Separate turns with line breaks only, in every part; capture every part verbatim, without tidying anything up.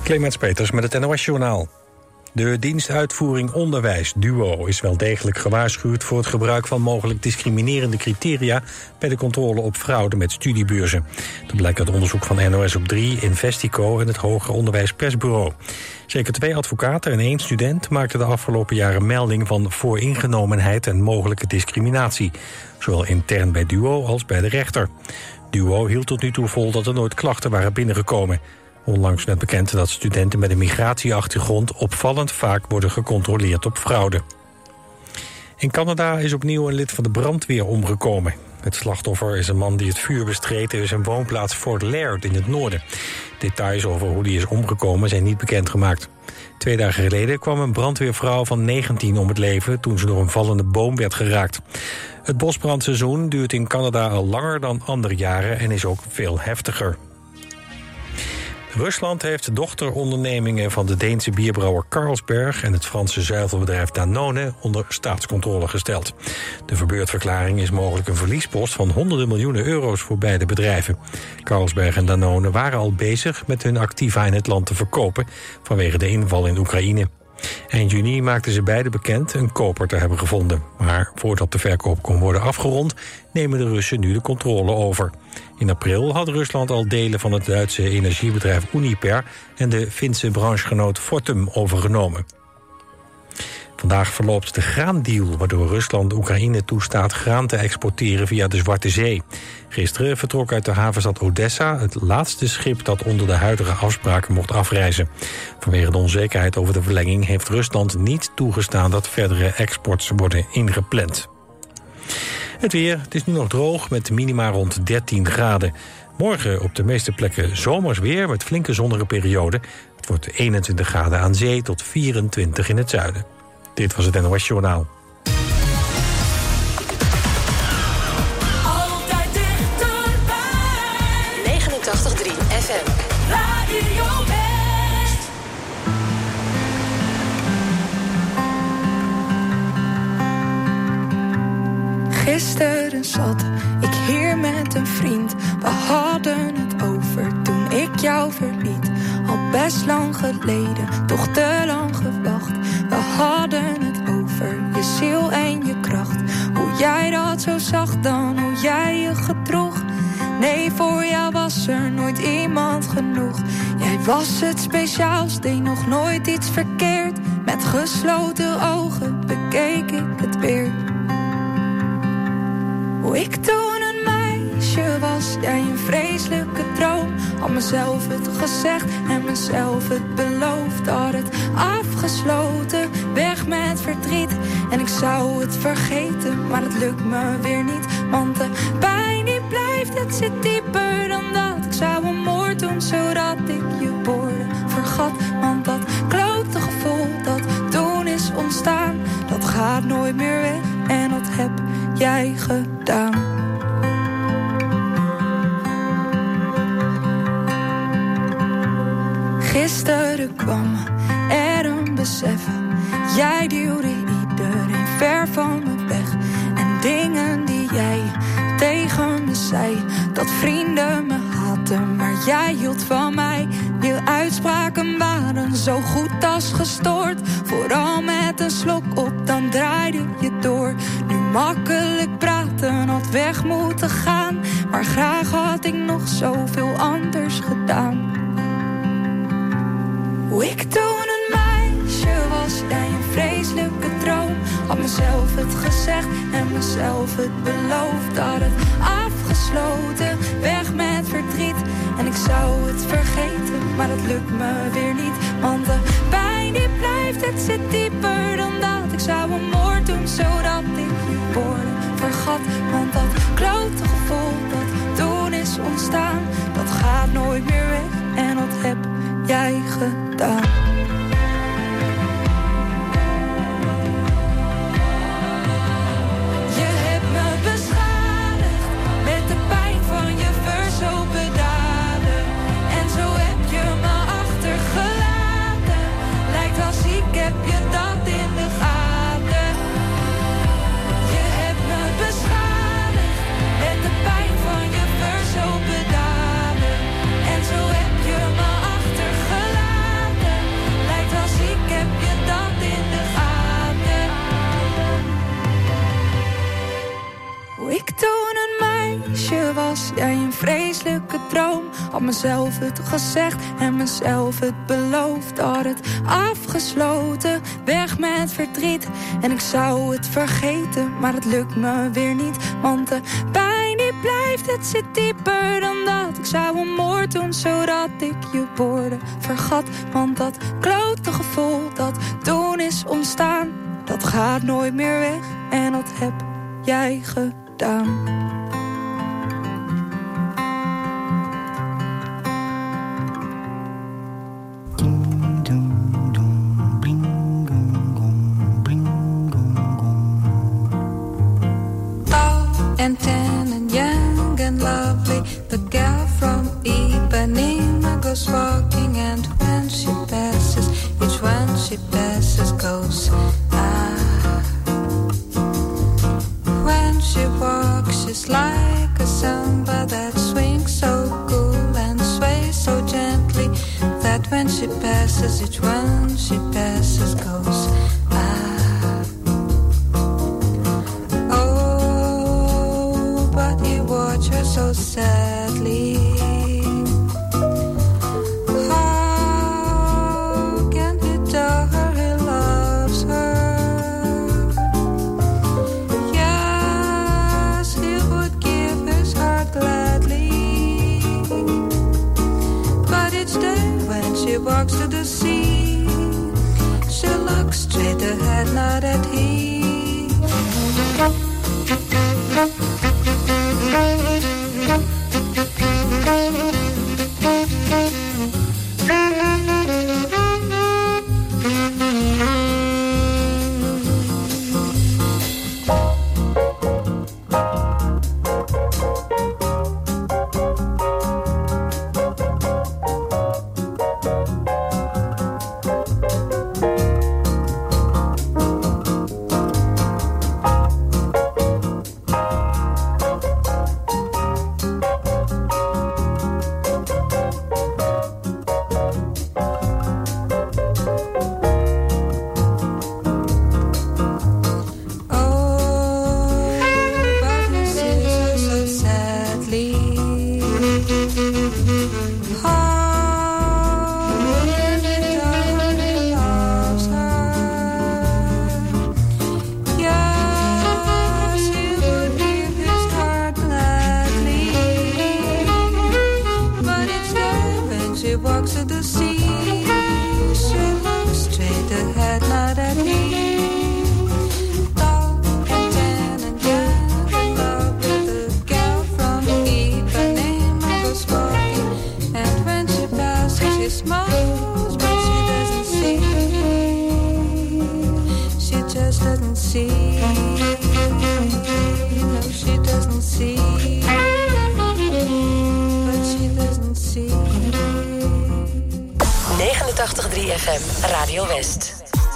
Clemens Peters met het N O S-journaal. De dienstuitvoering onderwijs, DUO, is wel degelijk gewaarschuwd voor het gebruik van mogelijk discriminerende criteria bij de controle op fraude met studiebeurzen. Dat blijkt uit onderzoek van N O S op drie, Investico en het Hoger Onderwijs Persbureau. Zeker twee advocaten en één student maakten de afgelopen jaren melding van vooringenomenheid en mogelijke discriminatie, zowel intern bij DUO als bij de rechter. DUO hield tot nu toe vol dat er nooit klachten waren binnengekomen. Onlangs werd bekend dat studenten met een migratieachtergrond opvallend vaak worden gecontroleerd op fraude. In Canada is opnieuw een lid van de brandweer omgekomen. Het slachtoffer is een man die het vuur bestreed in zijn woonplaats Fort Laird in het noorden. Details over hoe die is omgekomen zijn niet bekendgemaakt. Twee dagen geleden kwam een brandweervrouw van negentien om het leven toen ze door een vallende boom werd geraakt. Het bosbrandseizoen duurt in Canada al langer dan andere jaren en is ook veel heftiger. Rusland heeft dochterondernemingen van de Deense bierbrouwer Carlsberg en het Franse zuivelbedrijf Danone onder staatscontrole gesteld. De verbeurdverklaring is mogelijk een verliespost van honderden miljoenen euro's voor beide bedrijven. Carlsberg en Danone waren al bezig met hun activa in het land te verkopen vanwege de inval in Oekraïne. Eind juni maakten ze beide bekend een koper te hebben gevonden. Maar voordat de verkoop kon worden afgerond, nemen de Russen nu de controle over. In april had Rusland al delen van het Duitse energiebedrijf Uniper en de Finse branchegenoot Fortum overgenomen. Vandaag verloopt de graandeal, waardoor Rusland Oekraïne toestaat graan te exporteren via de Zwarte Zee. Gisteren vertrok uit de havenstad Odessa het laatste schip dat onder de huidige afspraken mocht afreizen. Vanwege de onzekerheid over de verlenging heeft Rusland niet toegestaan dat verdere exports worden ingepland. Het weer, het is nu nog droog met minima rond dertien graden. Morgen op de meeste plekken zomers weer met flinke zonnige perioden. Het wordt eenentwintig graden aan zee tot vierentwintig in het zuiden. Dit was het N O S-journaal.
Altijd dichterbij.
negenentachtig komma drie F M.
Radio West.
Gisteren zat ik hier met een vriend. We hadden het over toen ik jou verliet. Al best lang geleden, toch te lang gewacht. We hadden het over je ziel en je kracht. Hoe jij dat zo zag dan, hoe jij je gedroeg. Nee, voor jou was er nooit iemand genoeg. Jij was het speciaals, deed nog nooit iets verkeerd. Met gesloten ogen bekeek ik het weer. Hoe ik toen een meisje was, jij een vreselijke droom. Had mezelf het gezegd en mezelf het beloofd. Had het afgesloten, weg met verdriet. En ik zou het vergeten, maar het lukt me weer niet. Want de pijn die blijft, het zit dieper dan dat. Ik zou een moord doen, zodat ik je woorden vergat. Want dat klote gevoel dat toen is ontstaan, dat gaat nooit meer weg. En dat heb jij gedaan. Gisteren kwam er een besef. Jij duwde iedereen ver van me weg. En dingen die jij tegen me zei, dat vrienden me haten, maar jij hield van mij. Je uitspraken waren zo goed als gestoord. Vooral met een slok op, dan draaide je door. Nu makkelijk praten, had weg moeten gaan. Maar graag had ik nog zoveel anders gedaan. Hoe ik toen een meisje was, jij een vreselijke droom. Had mezelf het gezegd en mezelf het beloofd. Had het afgesloten, weg met verdriet. En ik zou het vergeten, maar dat lukt me weer niet. Want de pijn die blijft, het zit dieper dan dat. Ik zou een moord doen, zodat ik je woorden vergat. Want dat klote gevoel dat toen is ontstaan, dat gaat nooit meer weg. En dat heb jij gedaan. Je hebt me beschadigd met de pijn van je verzopen daden. En zo heb je me achtergelaten. Lijkt als ik heb je dat in de gaten. Je hebt me beschadigd met de pijn van je verzopen daden. En zo heb je me achtergelaten. droom. Had mezelf het gezegd en mezelf het beloofd. Had het afgesloten, weg met verdriet. En ik zou het vergeten, maar het lukt me weer niet. Want de pijn die blijft, het zit dieper dan dat. Ik zou een moord doen, zodat ik je woorden vergat. Want dat klote gevoel dat toen is ontstaan, dat gaat nooit meer weg. En dat heb jij gedaan.
And tan and young and lovely, the girl from Ipanema goes walking, and when she passes, each one she passes goes ah. When she walks, she's like a samba that swings so cool and sways so gently, that when she passes, each one she passes goes ah. So sadly, how can he tell her he loves her? Yes, he would give his heart gladly, but each day when she walks to the sea, she looks straight ahead, not at him.
negenentachtig komma drie F M, Radio West.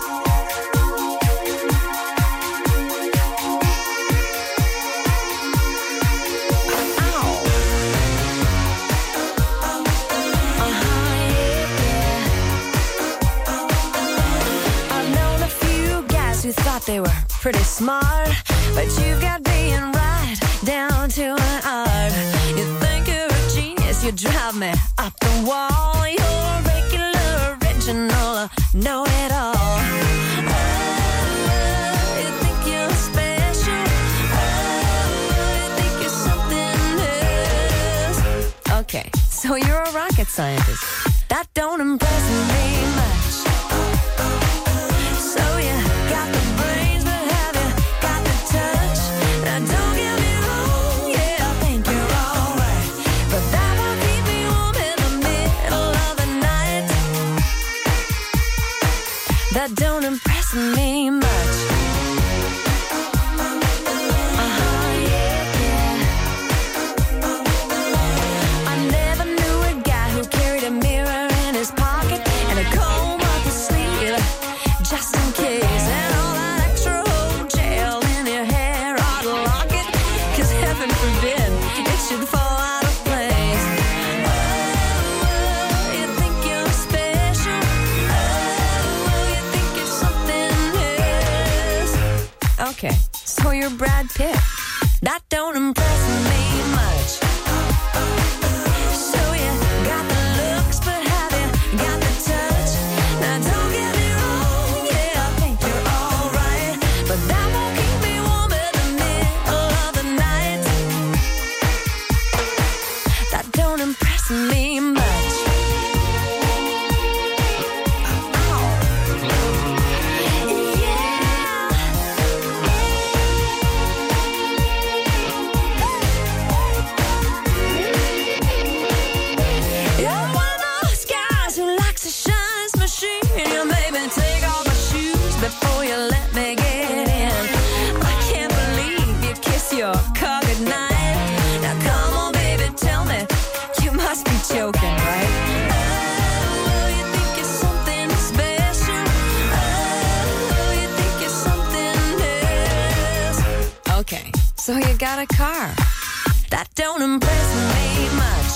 Thought they were pretty smart, but you've got being right down to an art. You think you're a genius, you drive me up the wall. You're a regular, original, know-it-all. Oh, you think you're special. Oh, you think you're something else. Okay, so you're a rocket scientist. That don't impress me much. So you got the brains, but have you got the touch? Now don't get me wrong, yeah, I think you're alright, but that won't keep me warm in the middle of the night. That don't impress me much. Uh-huh, yeah, yeah. I never knew a guy who carried a mirror in his pocket and a comb up his sleeve, just in case. And all that extra hotel in your hair ought to lock it, 'cause heaven forbid it should fall out of place. Oh, you think you're special. Oh, you think you're something else. Okay, so you're Brad Pitt. That don't impress me much. got a car. That don't impress me much.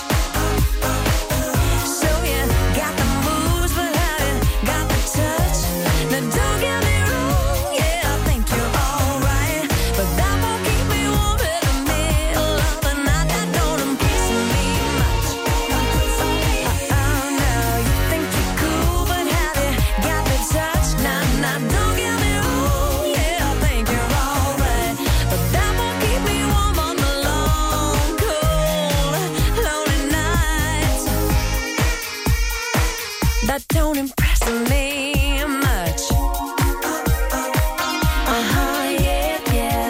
So you got the moves, but have you got the touch? Now don't get me wrong, yeah, I think you're alright, but that won't keep me warm in the middle of the night. That don't impress me much. Oh no, you think you're cool, but have you got the touch? Nah, nah, don't get me wrong, yeah, I think you're alright, but that won't keep me warm on the long, cold, lonely nights. That don't impress me much. Uh-huh, yeah, yeah.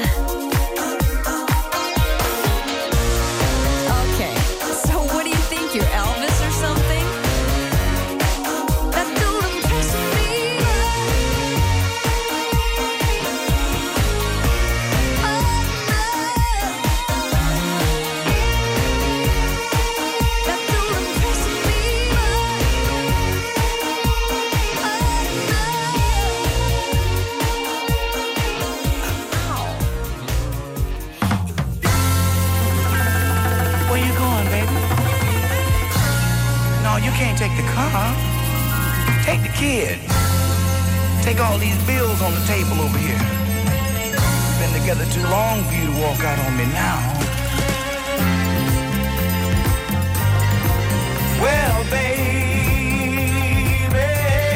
Okay, so what do you think, you're Elvis or something? That don't impress me much. Oh, no. That don't impress me much.
Where you going, baby? No, you can't take the car. Take the kid. Take all these bills on the table over here. Been together too long for you to walk out on me now. Well, baby,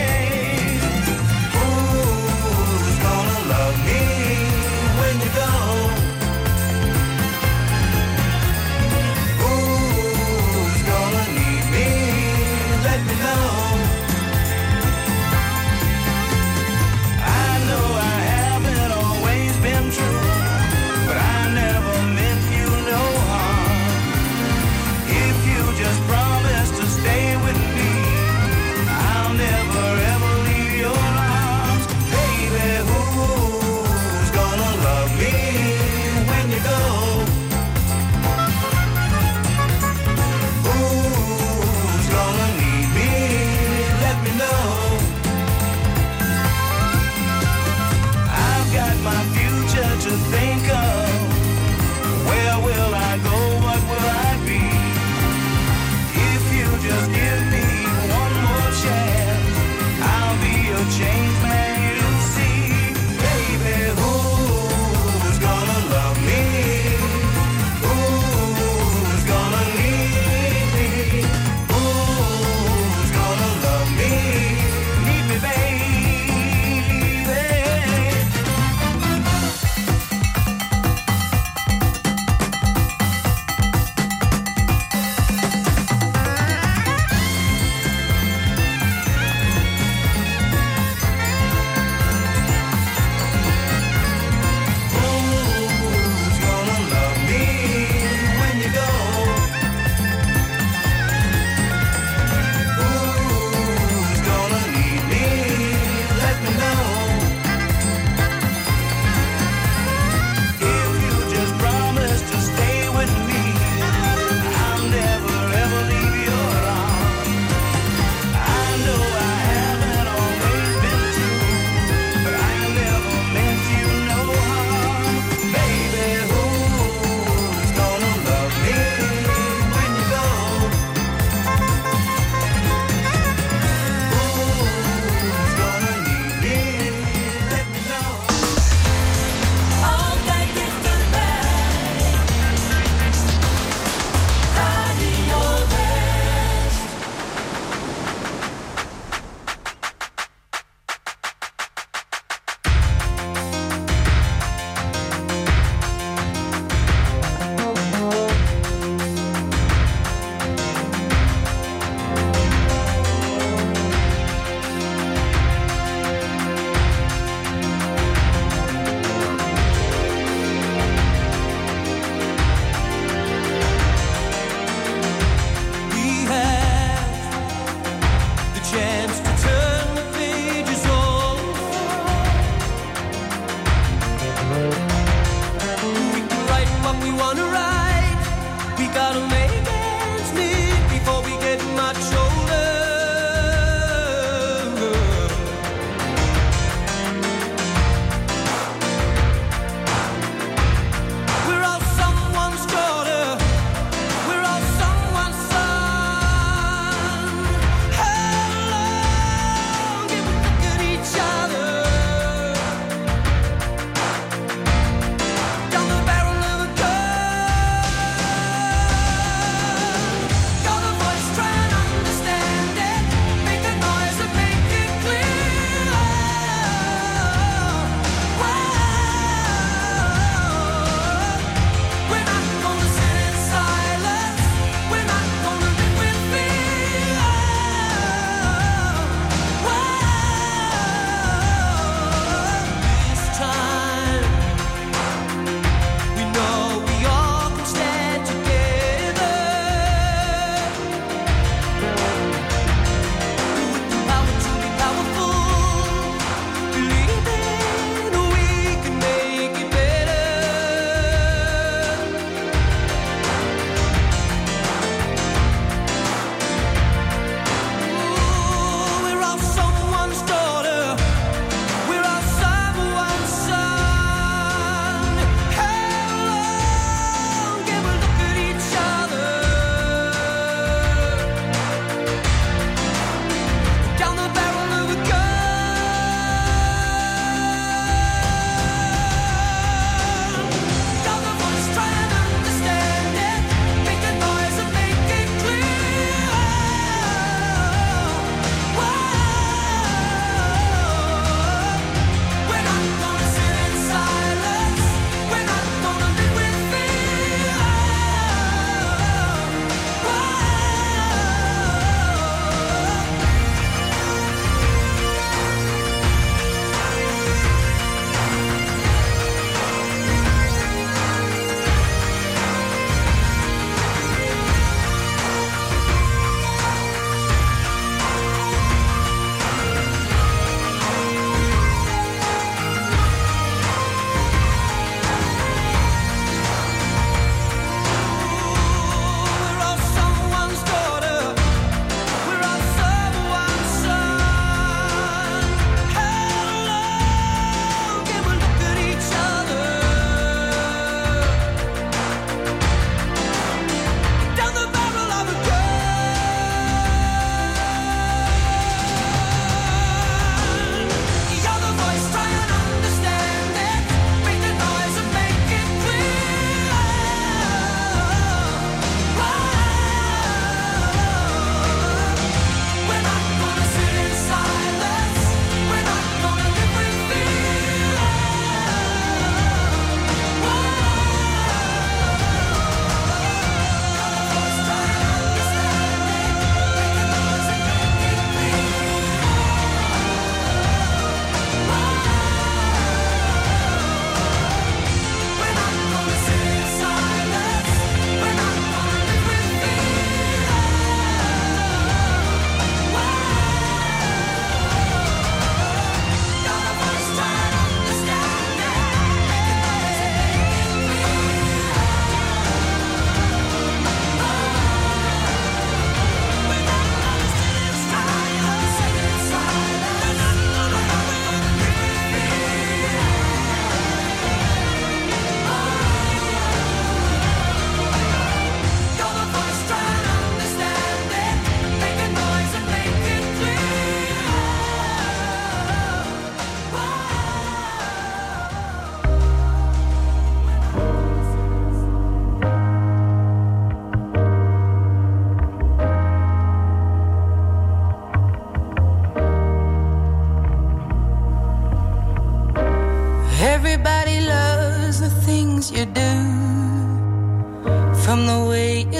who's gonna love me when you go? Who's gonna need me? Let me know. I know I haven't always been true, but I never meant you no harm. If you just promise to stay with me, I'll never ever leave your arms. Baby, who's gonna love me when you go? Who's gonna need me? Let me know. I've got my future to think of. Where will I go? What will I be? If you just give me one more chance, I'll be a changed man you'll see. Baby, who's gonna love me? Who's gonna need me? Who's gonna love me? Need me, baby.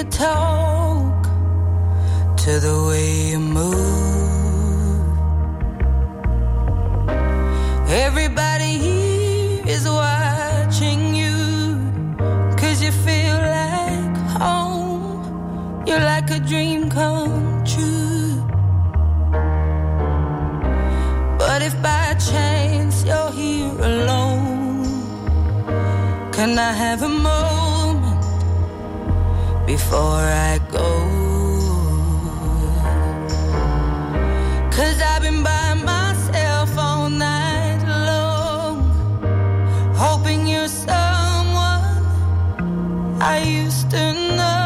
you talk, to the way you move. Everybody here is watching you, 'cause you feel like home. You're like a dream come true. But if by chance you're here alone, can I have a moment before I go? 'Cause I've been by myself all night long, hoping you're someone I used to know.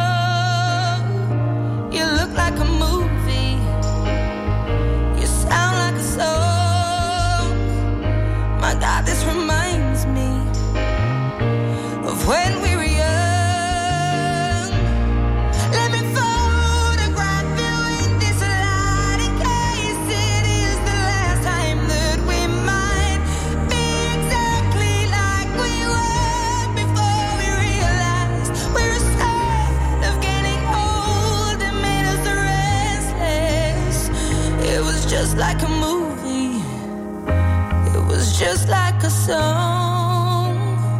You look like a movie, you sound like a song. My God, this reminds me of when we were young. Let me photograph you in this light, in case it is the last time that we might be exactly like we were before we realized we were scared of getting old. It made us restless. It was just like a movie, it was just like a song.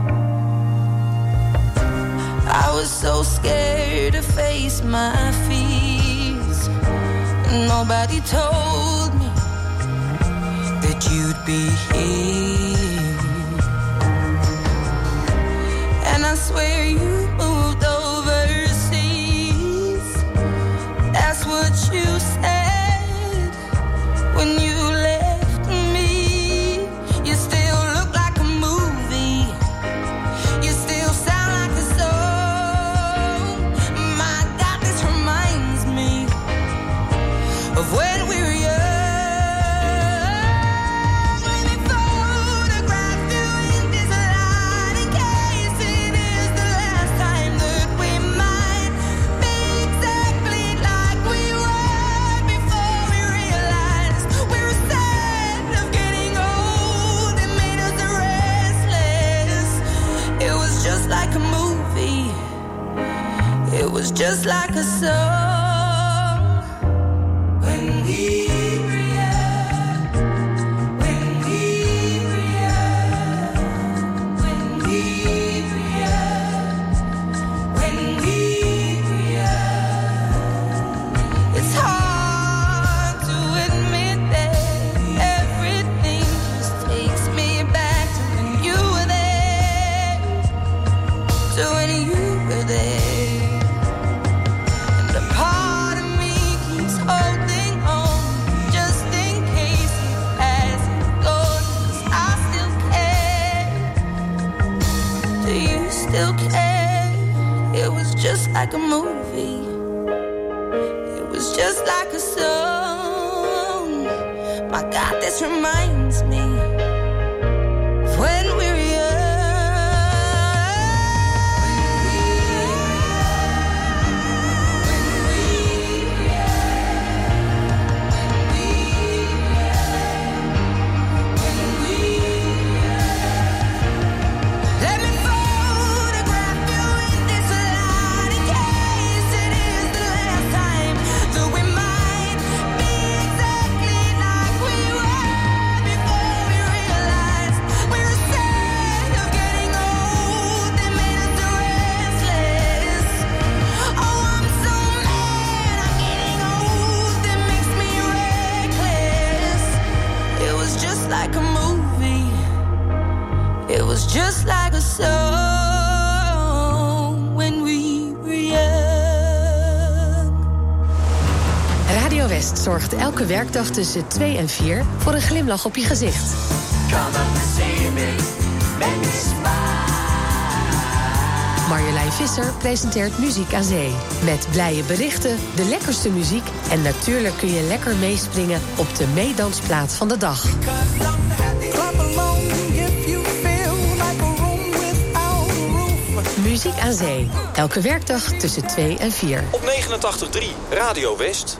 I was so scared to face my fears. Nobody told me that you'd be here. And I swear you moved overseas. That's what you said when you left me. You still look like a movie, you still sound like a song. My God, this reminds me of when we were young. Let me photograph you in this light, in case it is the last time that we might be exactly like we were before we realized we were sad of getting old. It made us restless. It was just like a movie, it was just like a song. When we were young, when we were young, when we were young, when we were young. It's hard to admit that everything just takes me back to when you were there, to when you were there. And a part of me keeps holding on, just in case it hasn't gone. 'Cause I still care. Do you still care? It was just like a movie, it was just like a song. My God, this reminds me of when we were young. Let me photograph you in this light, in case it is the last time that we might be exactly like we were before we realized we were sad of getting old. It made us restless. Oh, I'm so mad I'm getting old. It makes me reckless. It was just like a movie, it was just like a song when we were young.
Radio West zorgt elke werkdag tussen twee en vier voor een glimlach op je gezicht. Marjolein Visser presenteert Muziek aan Zee. Met blije berichten, de lekkerste muziek en natuurlijk kun je lekker meespringen op de meedansplaat van de dag. Muziek aan Zee. Elke werkdag tussen twee en vier.
Op negenentachtig komma drie Radio West.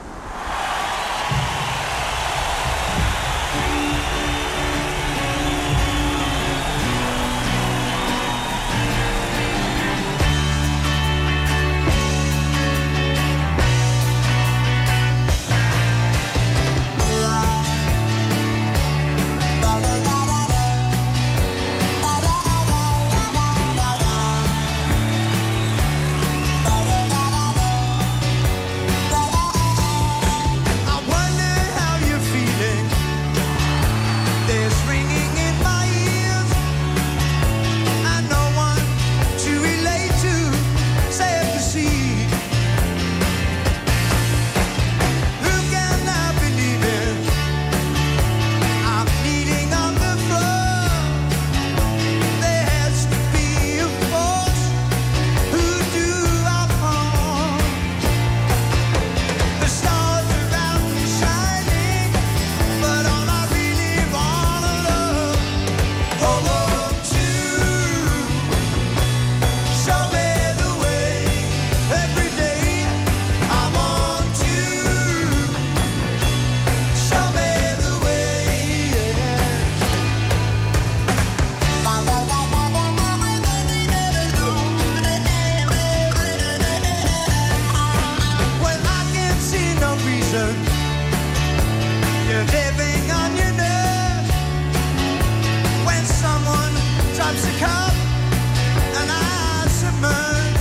living on your nerve. When someone drops a cup and I submerge,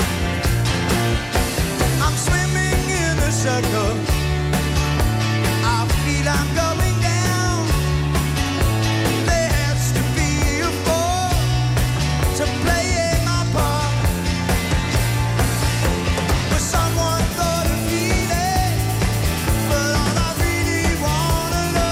I'm swimming in a circle. I feel I'm going down. There has to be a fall to play my part. But someone thought of feeling, but all I really wanna know.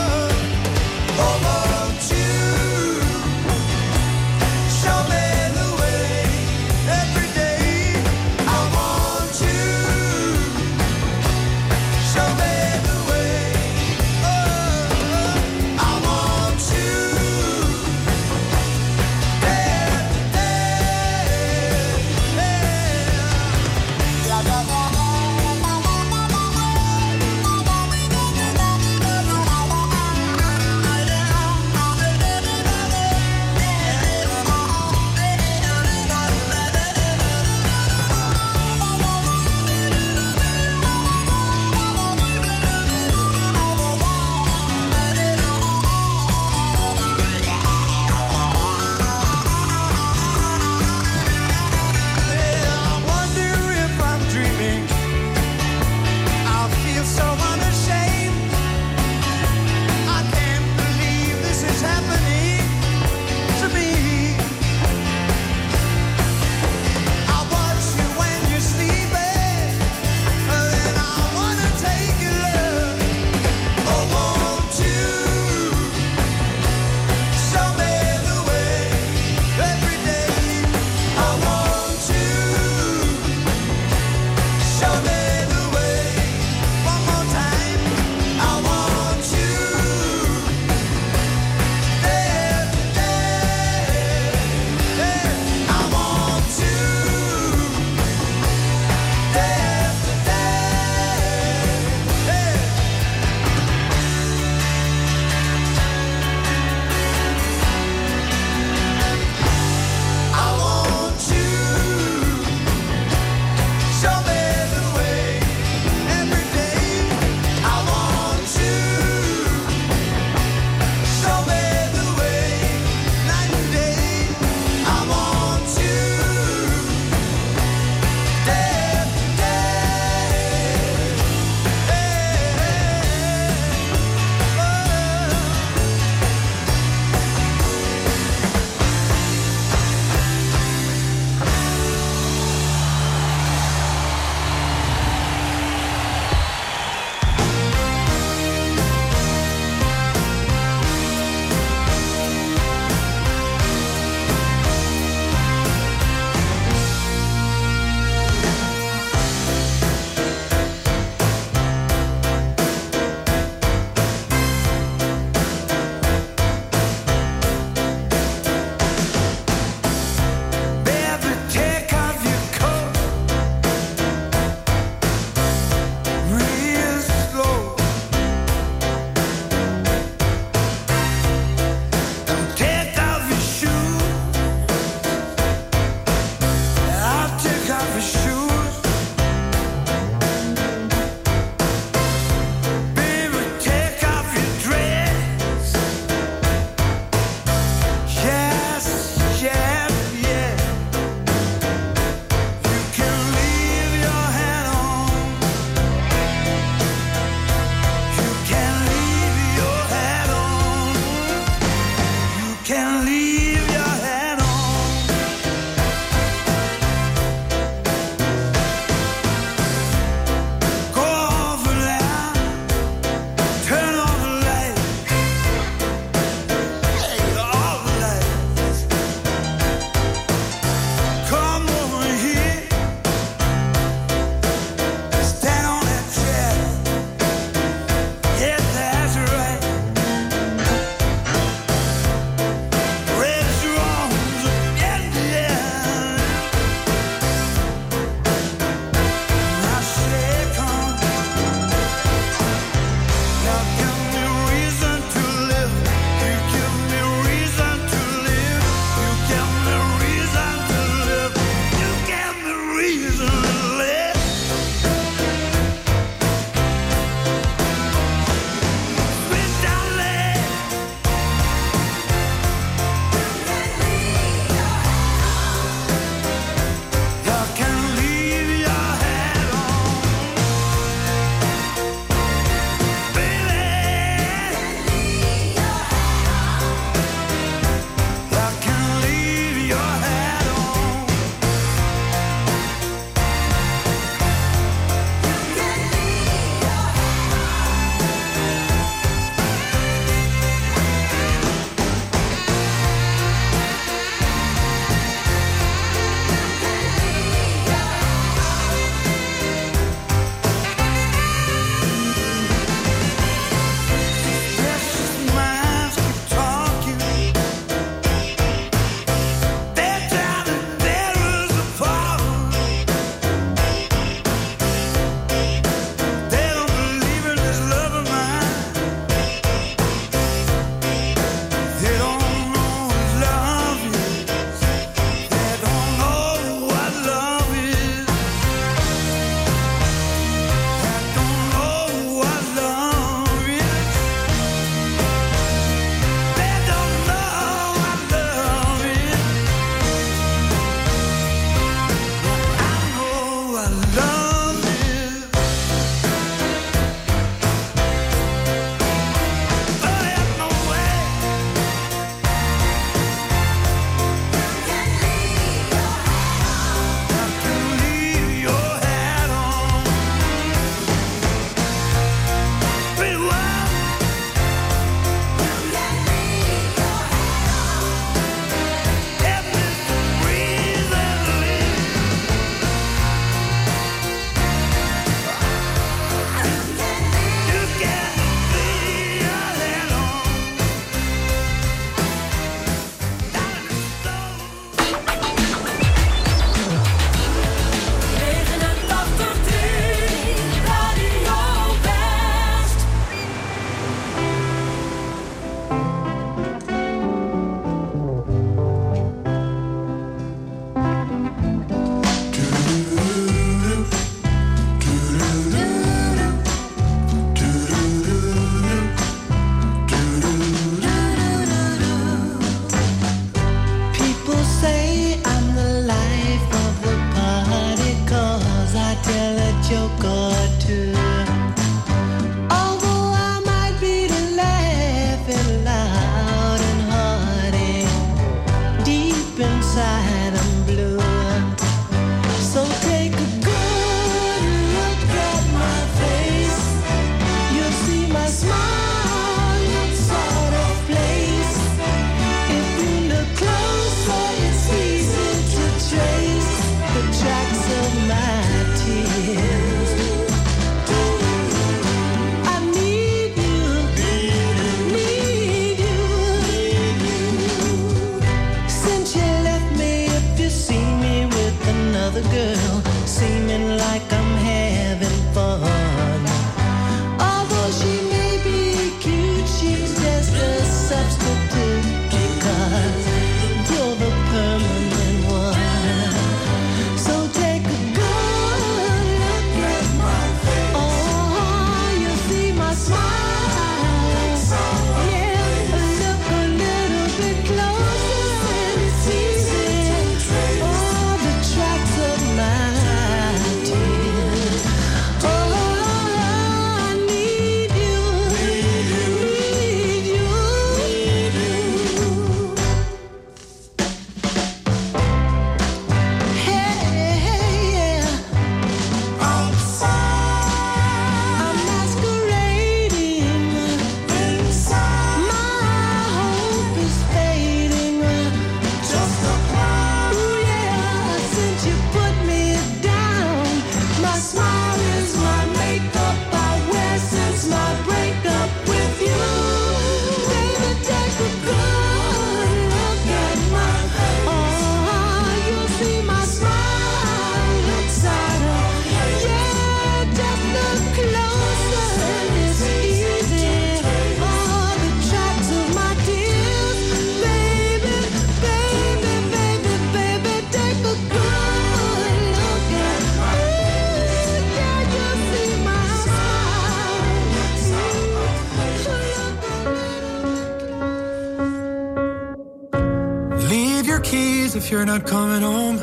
keys if you're not coming home.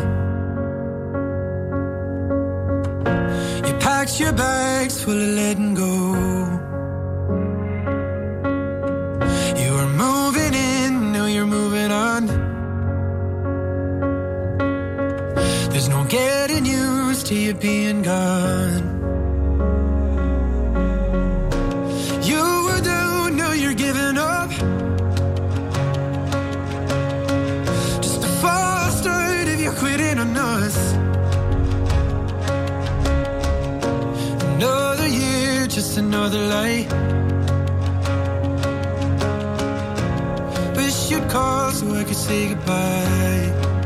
You packed your bags full of letting go. You were moving in, now you're moving on. There's no getting used to you being gone. You were down, now you're giving up. Just a false start if you're quitting on us. Another year, just another lie. Wish you'd call so I could say goodbye.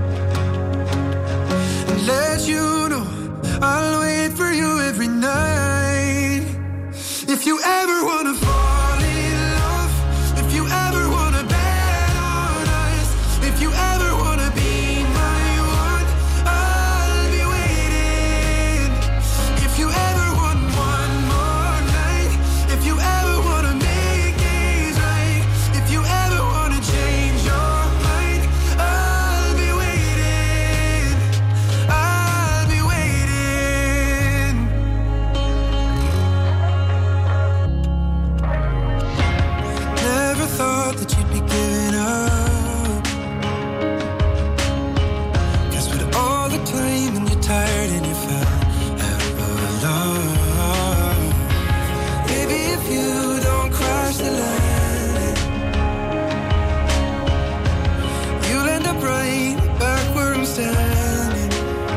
And let you know I'll wait for you every night. If you ever wanna fall in love, if you ever wanna bet on us, if you ever wanna be my one, I'll be waiting. If you ever want one more night, if you ever wanna make things right, if you ever wanna change your mind, I'll be waiting. I'll be waiting. Never thought that you'd be giving up. 'Cause with all the time and you're tired and you fell out of love. Maybe if you don't crash the line, you'll end up right back where I'm standing.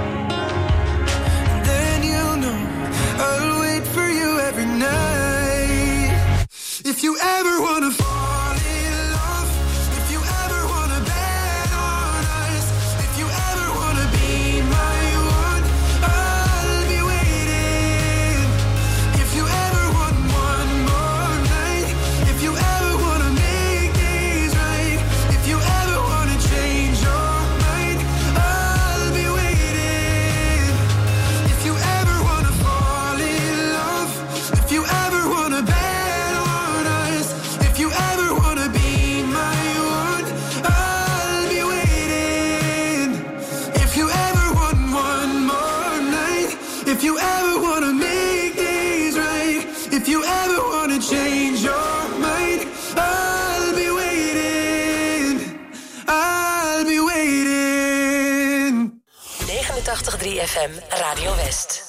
And then you'll know I'll wait for you every night. If you ever wanna fall in love, if you ever wanna bet on us, if you ever wanna be my one, I'll be waiting. If you ever want one more night, if you ever wanna make things right, if you ever wanna change your mind, I'll be waiting. If you ever wanna fall in love, if you ever wanna bet on us, if you ever wanna be my one, I'll be waiting. If you ever want one more night, if you ever wanna make things right, if you ever wanna change your mind, I'll be waiting. I'll be waiting.
negenentachtig komma drie F M, Radio West.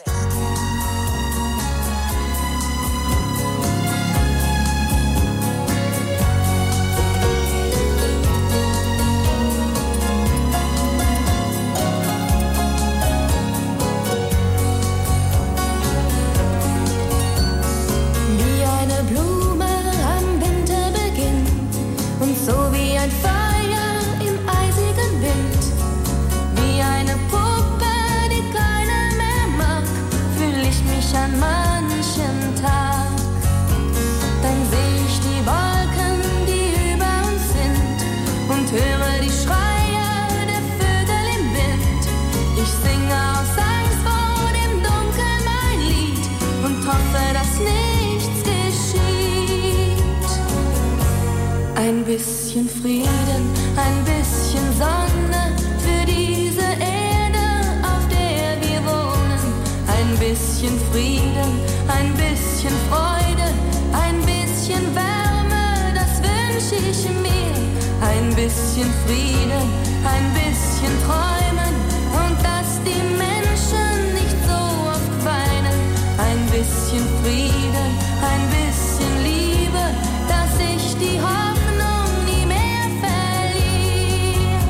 Wie eine Blume am Winterbeginn und so wie ein Feuer im eisigen Wind, wie eine Puppe, die keiner mehr mag, fühl ich mich an manchen Tag. Dann seh ich die Wolken, die über uns sind und höre die Schreie der Vögel im Wind. Ich singe aus Angst vor dem Dunkeln mein Lied und hoffe, dass nichts geschieht. Ein bisschen Frieden, ein bisschen Sonne für diese Erde, auf der wir wohnen. Ein bisschen Frieden, ein bisschen Freude, ein bisschen Wärme, das wünsch ich mir. Ein bisschen Frieden, ein bisschen Träumen und dass die Menschen nicht so oft weinen. Ein bisschen Frieden, ein bisschen Liebe, dass ich die Hoffnung nie mehr verliere.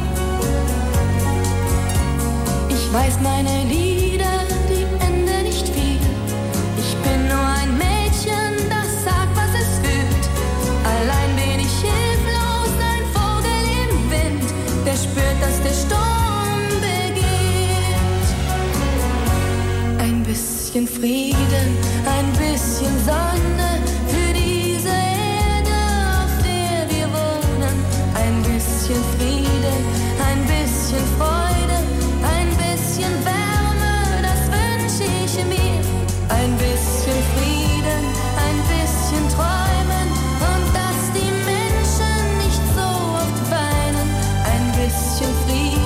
Ich weiß, meine Lieder, die enden nicht viel. Ich bin nur ein Mädchen, das sagt, was es fühlt. Allein bin ich hilflos, ein Vogel im Wind, der spürt, dass der Sturm beginnt. Ein bisschen Frieden, ein bisschen Sonne für diese Erde, auf der wir wohnen. Ein bisschen Frieden, ein bisschen Freude, ein bisschen Wärme, das wünsch ich mir. Ein bisschen Frieden, ein bisschen Träumen und dass die Menschen nicht so oft weinen. Ein bisschen Frieden.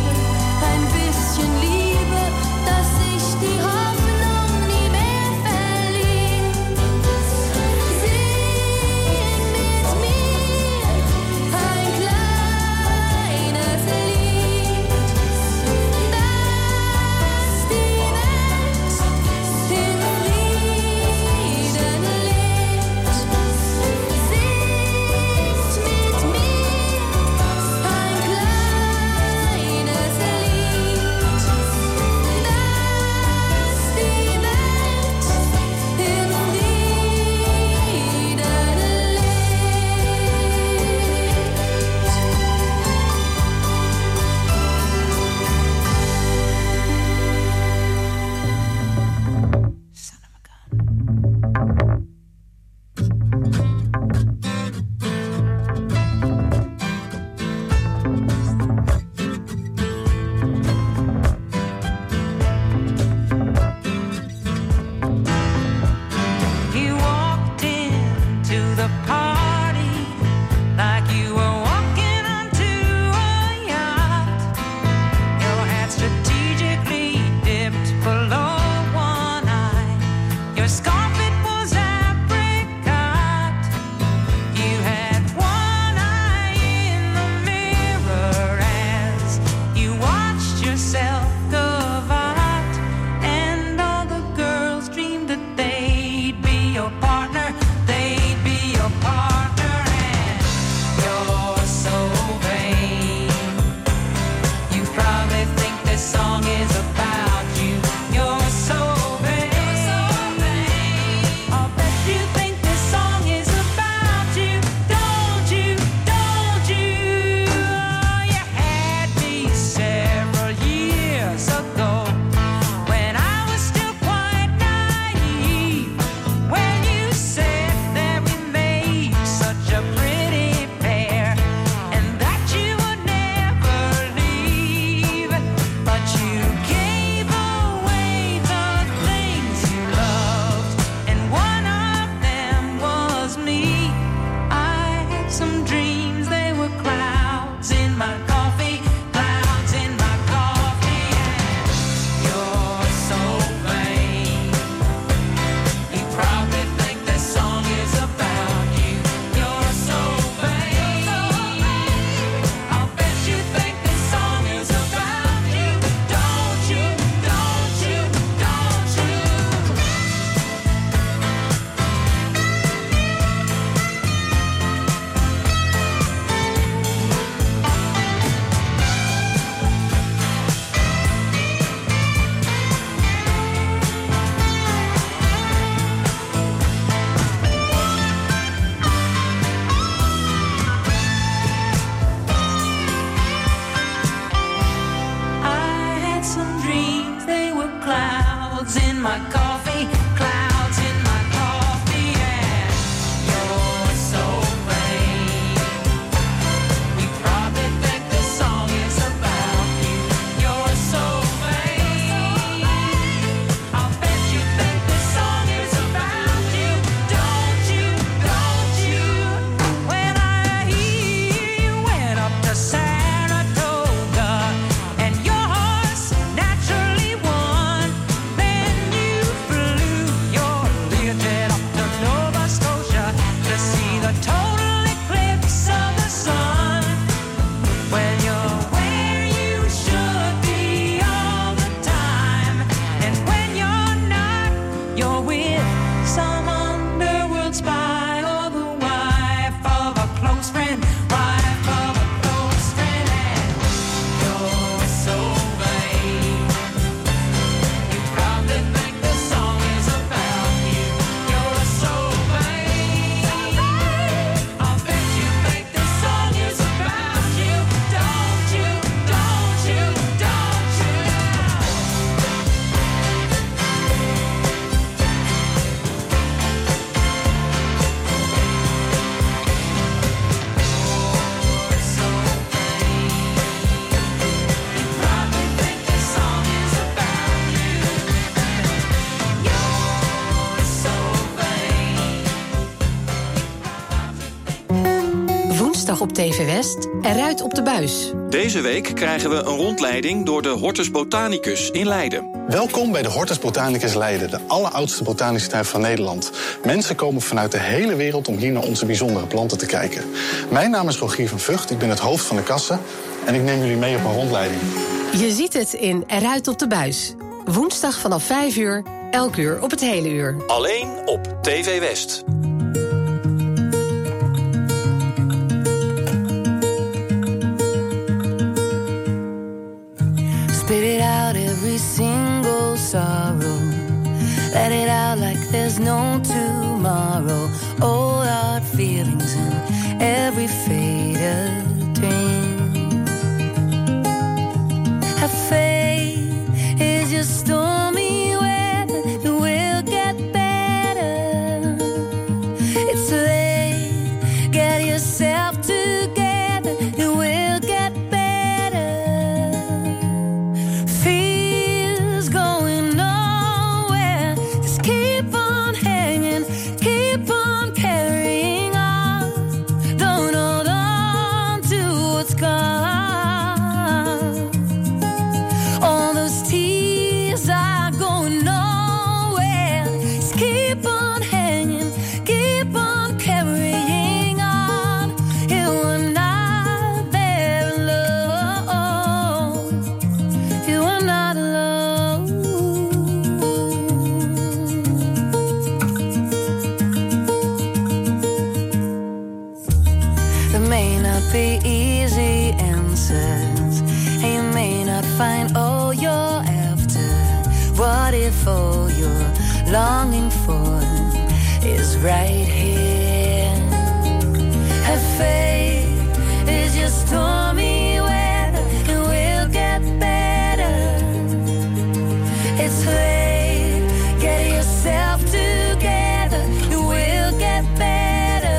some dreams, they were clouds in my coffee, clouds in my coffee, and you're so vain. You probably think this song is about you. You're so vain. I'll bet you think this song is about you. Don't you, don't you, don't you? I had some dreams, they were clouds in my coffee, clouds in my coffee, and you're so vain. You probably think this song is about you. You're so vain. I'll bet you think this song is about you. Don't you, don't you? When I hear you went up to Saratoga and your horse naturally won, then you flew your Learjet up to Nova Scotia to see the total eclipse of the sun. When you're where you should be all the time, and when you're not, you're with some underworld spy or the wife of a close friend, wife of a close friend, and you're so vain. You probably think this song is about you. You're so vain. I'll bet you think this song is about you. Don't you, don't you, don't you? You're so vain. You probably think this song is about you. You're so vain.
Woensdag op T V West, eruit op de buis.
Deze week krijgen we een rondleiding door de Hortus Botanicus in Leiden.
Welkom bij de Hortus Botanicus Leiden, de alleroudste botanische tuin van Nederland. Mensen komen vanuit de hele wereld om hier naar onze bijzondere planten te kijken. Mijn naam is Rogier van Vught, ik ben het hoofd van de kassen en ik neem jullie mee op een rondleiding.
Je ziet het in Eruit op de buis. Woensdag vanaf vijf uur, elk uur op het hele uur.
Alleen op T V West.
Spit it out, every single sorrow. Let it out like there's no tomorrow. All our feelings in every faded dream. Have faith, is your stormy weather. It will get better. It's late, get yourself together. It will get better. Fears going nowhere. Just keep on hanging, keep on carrying on. Don't hold on to what's gone. All those tears are going nowhere. Just keep on hanging, keep on carrying on. You are not there alone. You are not alone. There may not be easy answers, and you may not find all you're after. What if all you're longing for is right here? Have faith, is your stormy weather. It will get better. It's late, get yourself together. It will get better.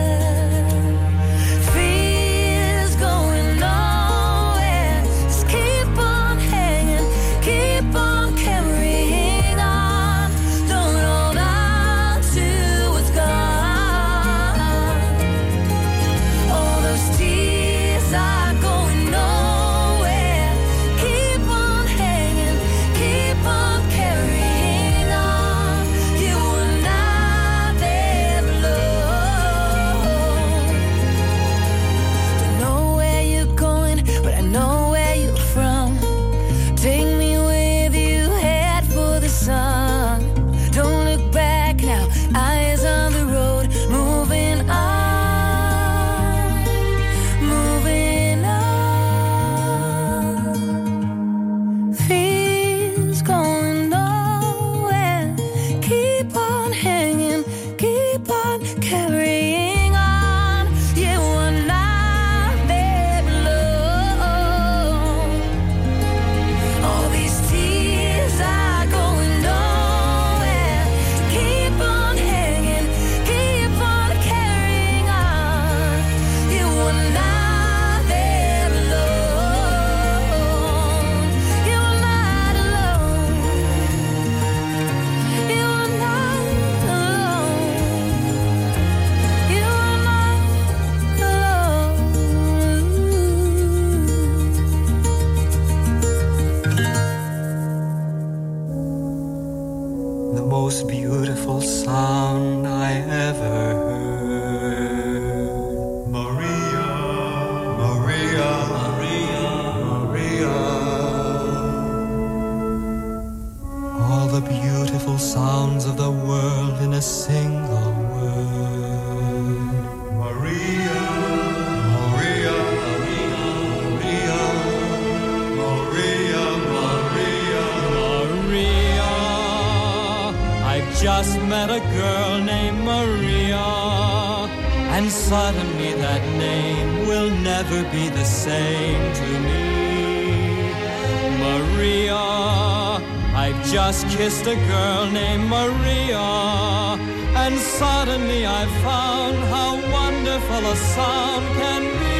Fears going nowhere. Just keep on hanging, keep on carrying on. Don't hold on to what's gone.
suddenly that name will never be the same to me. Maria, I've just kissed a girl named Maria, and suddenly I found how wonderful a sound can be.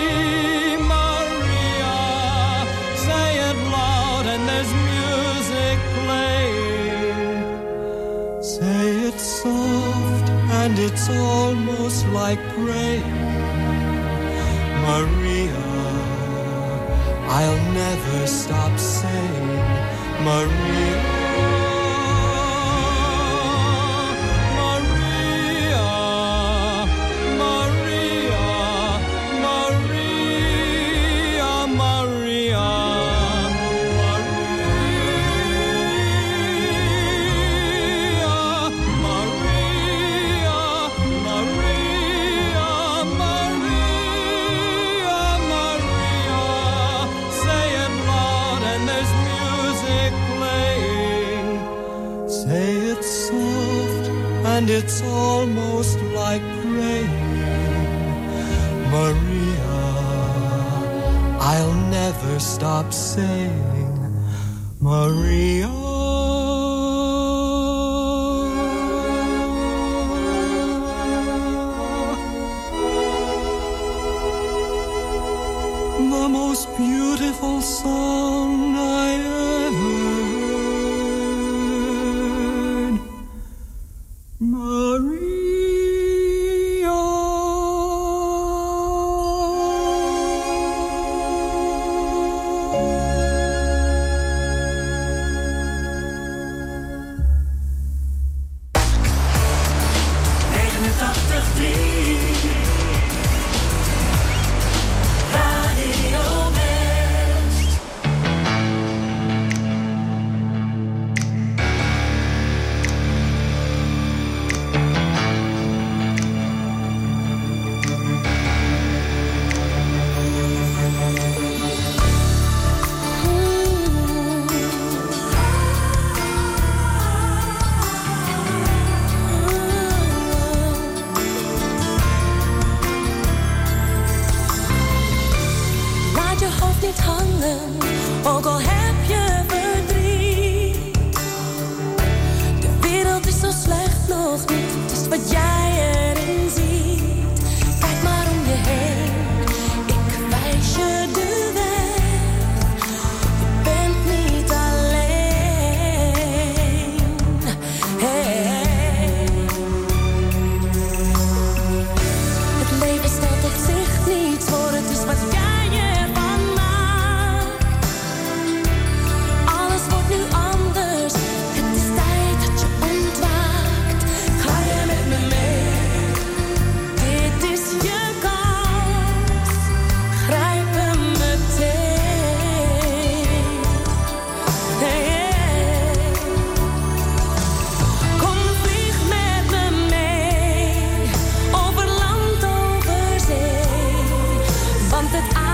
Maria, say it loud and there's music playing. Say it soft and it's almost like praying. Maria, I'll never stop saying Maria. And it's almost like praying. Maria, I'll never stop saying Maria. The most beautiful song I ever heard. Maria.
negenentachtig drie Radio West.
Laat je hoofd niet hangen, ook al heb je verdriet. De wereld is zo slecht nog niet, het is wat jij erin ziet. Kijk maar om je heen, ik wijs je de weg. Je bent niet alleen. Hey. Het leven stelt op zich niet voor, het is wat jij ervan maakt. Alles wordt nu anders, het is tijd dat je ontwaakt. Ga je met me mee? Dit is je kans, grijp hem meteen. Hey, hey. Kom, vlieg met me mee, over land, over zee. Want het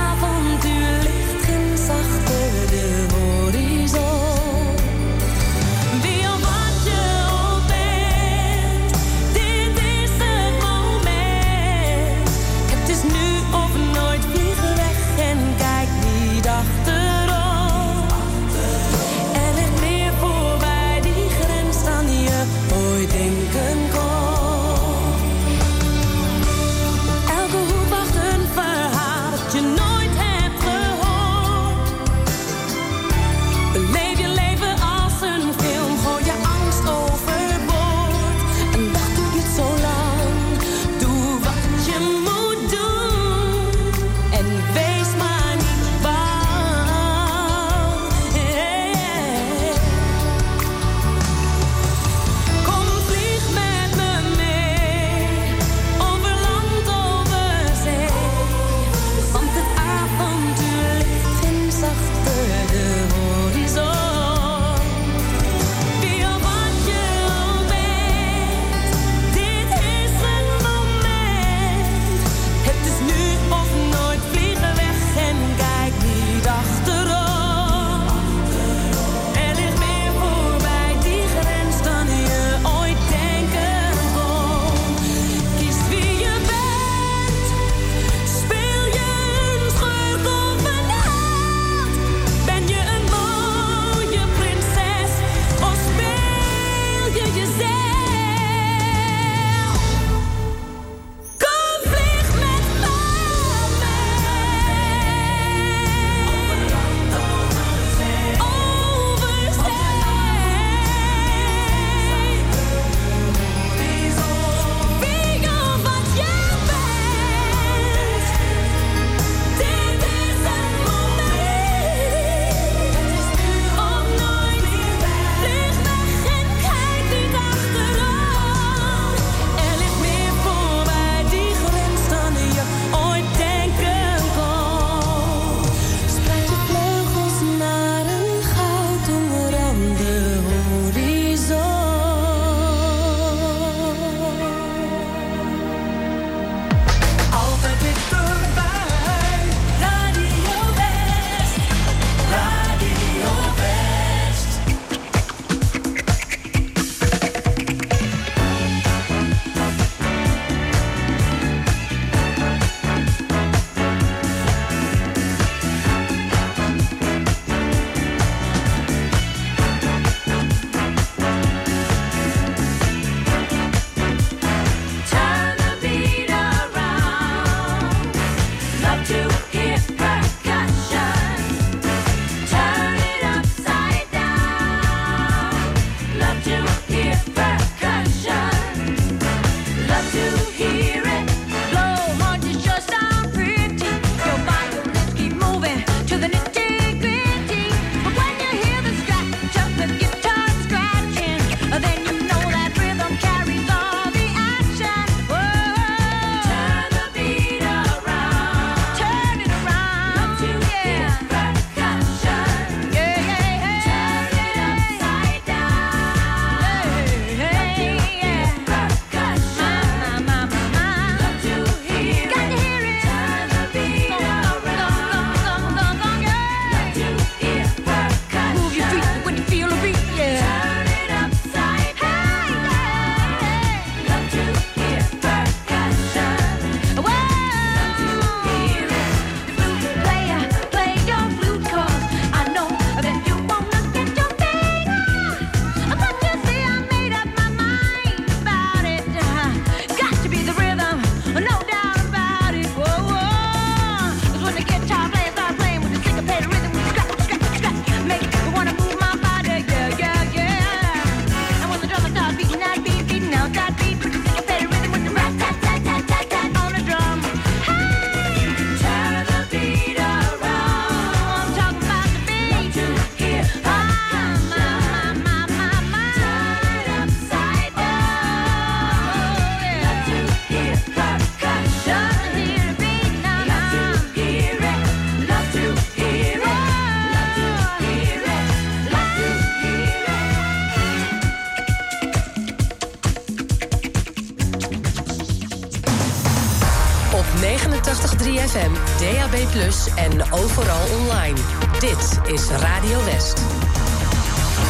negenentachtig komma drie F M, D A B plus, en overal online. Dit is Radio West.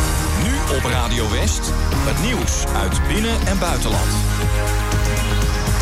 Nu op Radio West, het nieuws uit binnen- en buitenland.